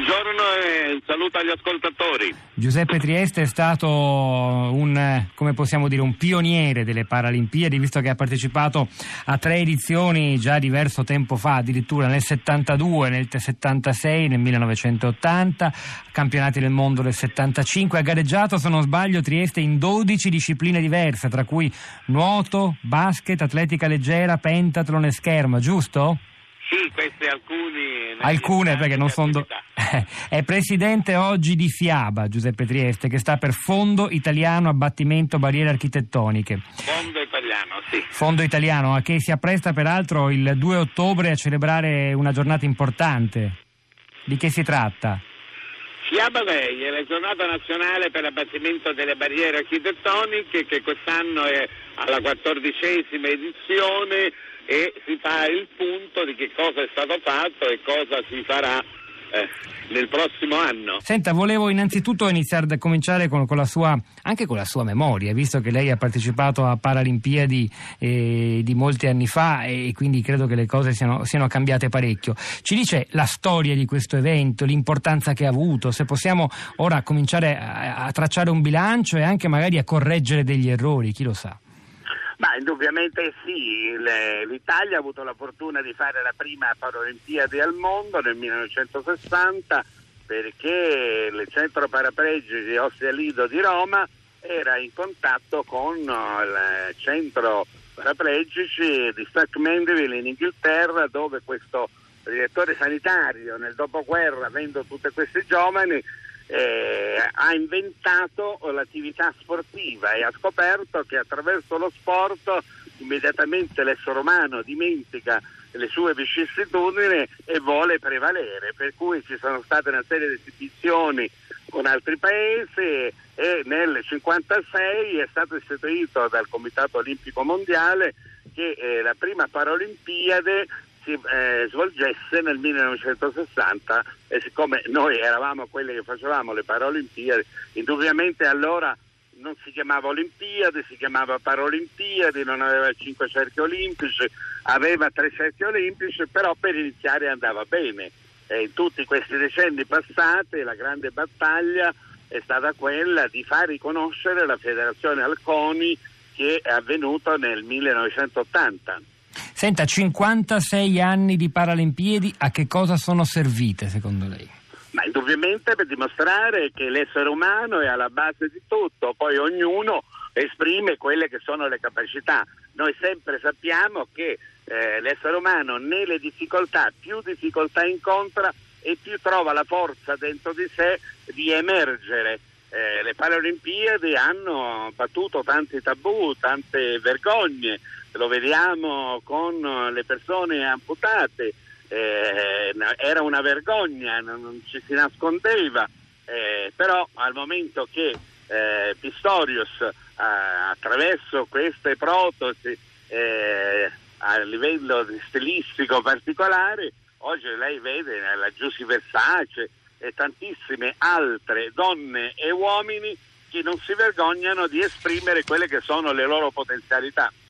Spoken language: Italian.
Buongiorno e un saluto agli ascoltatori. Giuseppe Trieste è stato come possiamo dire, un pioniere delle Paralimpiadi, visto che ha partecipato a 3 edizioni già diverso tempo fa, addirittura nel 72, nel 76, nel 1980, campionati del mondo del 75. Ha gareggiato, se non sbaglio, Trieste in 12 discipline diverse, tra cui nuoto, basket, atletica leggera, pentathlon e scherma, giusto? Sì, queste alcune perché non sono. È presidente oggi di FIABA, Giuseppe Trieste, che sta per Fondo Italiano Abbattimento Barriere Architettoniche. Fondo Italiano, sì. Fondo Italiano, che si appresta peraltro il 2 ottobre a celebrare una giornata importante. Di che si tratta? FIABA è la giornata nazionale per l'abbattimento delle barriere architettoniche, che quest'anno è alla 14ª edizione e si fa il punto di che cosa è stato fatto e cosa si farà nel prossimo anno. Senta, volevo innanzitutto cominciare con la sua memoria, visto che lei ha partecipato a Paralimpiadi di molti anni fa e quindi credo che le cose siano cambiate parecchio. Ci dice la storia di questo evento, l'importanza che ha avuto, se possiamo ora cominciare a tracciare un bilancio e anche magari a correggere degli errori, chi lo sa. Ma indubbiamente sì, l'Italia ha avuto la fortuna di fare la prima Paralimpiadi al mondo nel 1960, perché il centro paraplegici Ostia Lido di Roma era in contatto con il centro paraplegici di Stoke Mandeville in Inghilterra, dove questo direttore sanitario nel dopoguerra, avendo tutti questi giovani, ha inventato l'attività sportiva e ha scoperto che attraverso lo sport immediatamente l'essere umano dimentica le sue vicissitudini e vuole prevalere, per cui ci sono state una serie di esibizioni con altri paesi e nel 1956 è stato istituito dal Comitato Olimpico Mondiale che la prima Paralimpiade si svolgesse nel 1960 e siccome noi eravamo quelli che facevamo le Paralimpiadi, indubbiamente allora non si chiamava Olimpiadi, si chiamava Paralimpiadi, non aveva 5 cerchi olimpici, aveva 3 cerchi olimpici, però per iniziare andava bene. In tutti questi decenni passati la grande battaglia è stata quella di far riconoscere la Federazione al CONI, che è avvenuto nel 1980. Senta, 56 anni di Paralimpiadi, a che cosa sono servite secondo lei? Ma indubbiamente per dimostrare che l'essere umano è alla base di tutto, poi ognuno esprime quelle che sono le capacità. Noi sempre sappiamo che l'essere umano nelle difficoltà, più difficoltà incontra e più trova la forza dentro di sé di emergere. Le Paralimpiadi hanno battuto tanti tabù, tante vergogne, lo vediamo con le persone amputate, era una vergogna, non ci si nascondeva, però al momento che Pistorius attraverso queste protesi a livello stilistico particolare, oggi lei vede la Giusy Versace e tantissime altre donne e uomini che non si vergognano di esprimere quelle che sono le loro potenzialità.